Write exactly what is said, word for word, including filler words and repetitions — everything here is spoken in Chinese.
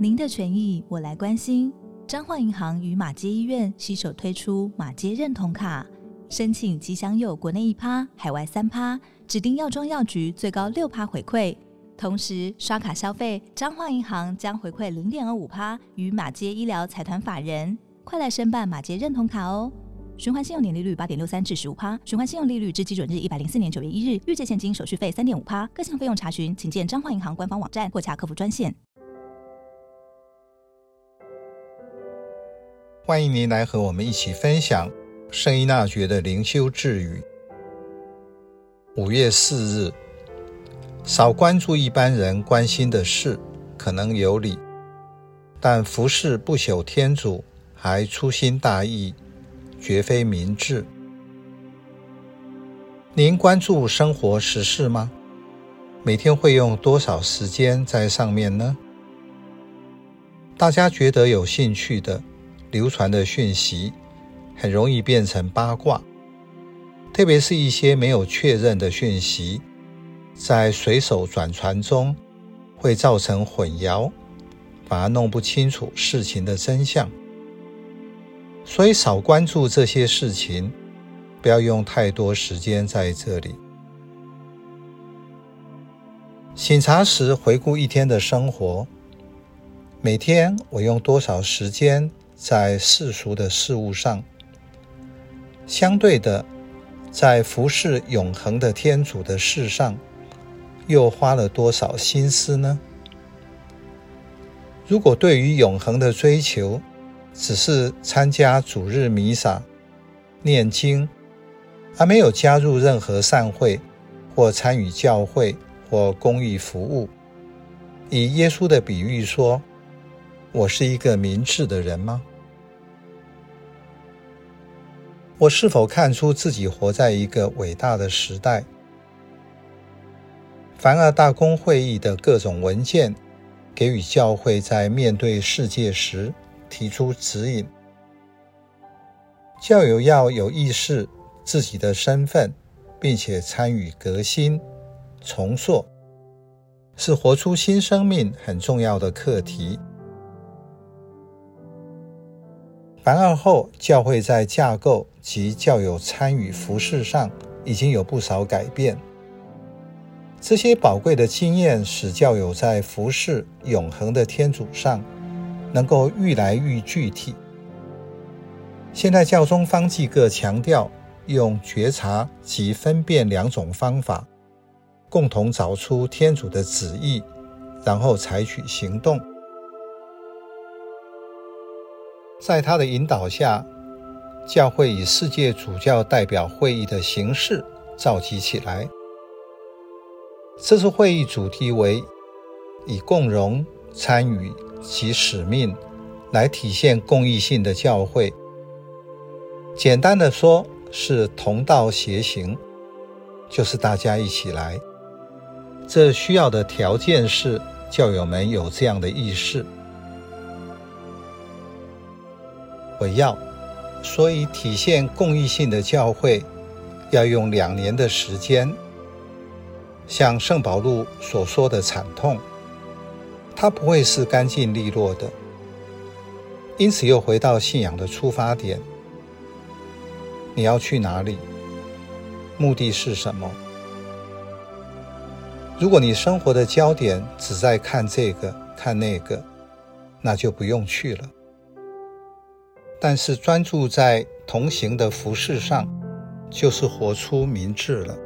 您的权益我来关心。彰化银行与马偕医院携手推出马偕认同卡，申请即享有国内一趴、海外三趴，指定药妆药局最高六趴回馈。同时刷卡消费，彰化银行将回馈 零点二五趴与马偕医疗财团法人。快来申办马偕认同卡哦！循环信用年利率 八点六三 至 十五趴， 循环信用利率至基准日一百零四年九月一日，预借现金手续费 三点五趴， 各项费用查询请见彰化银行官方网站或洽客服专线。 欢迎您来和我们一起分享圣依纳爵的灵修智语。五月四日，少关注一般人关心的事可能有理，但服侍不朽天主还粗心大意，绝非明智。您关注生活时事吗？每天会用多少时间在上面呢？大家觉得有兴趣的流传的讯息很容易变成八卦，特别是一些没有确认的讯息，在随手转传中会造成混淆，反而弄不清楚事情的真相。所以少关注这些事情，不要用太多时间在这里。省察时回顾一天的生活，每天我用多少时间在世俗的事物上，相对的，在服侍永恒的天主的事上，又花了多少心思呢？如果对于永恒的追求，只是参加主日弥撒、念经，而没有加入任何善会或参与教会或公益服务，以耶稣的比喻说，我是一个明智的人吗？我是否看出自己活在一个伟大的时代？凡尔大公会议的各种文件，给予教会在面对世界时提出指引。教友要有意识自己的身份，并且参与革新、重塑，是活出新生命很重要的课题。凡尔后，教会在架构及教友参与服事上已经有不少改变。这些宝贵的经验使教友在服事永恒的天主上能够愈来愈具体。现在教宗方济各强调用觉察及分辨两种方法，共同找出天主的旨意，然后采取行动。在他的引导下，教会以世界主教代表会议的形式召集起来。这次会议主题为以共融、参与及使命来体现公益性的教会。简单的说，是同道协行，就是大家一起来。这需要的条件是教友们有这样的意识。我要，所以体现公益性的教会要用两年的时间。像圣保禄所说的惨痛，它不会是干净利落的。因此又回到信仰的出发点，你要去哪里？目的是什么？如果你生活的焦点只在看这个看那个，那就不用去了。但是专注在同行的服事上，就是活出明智了。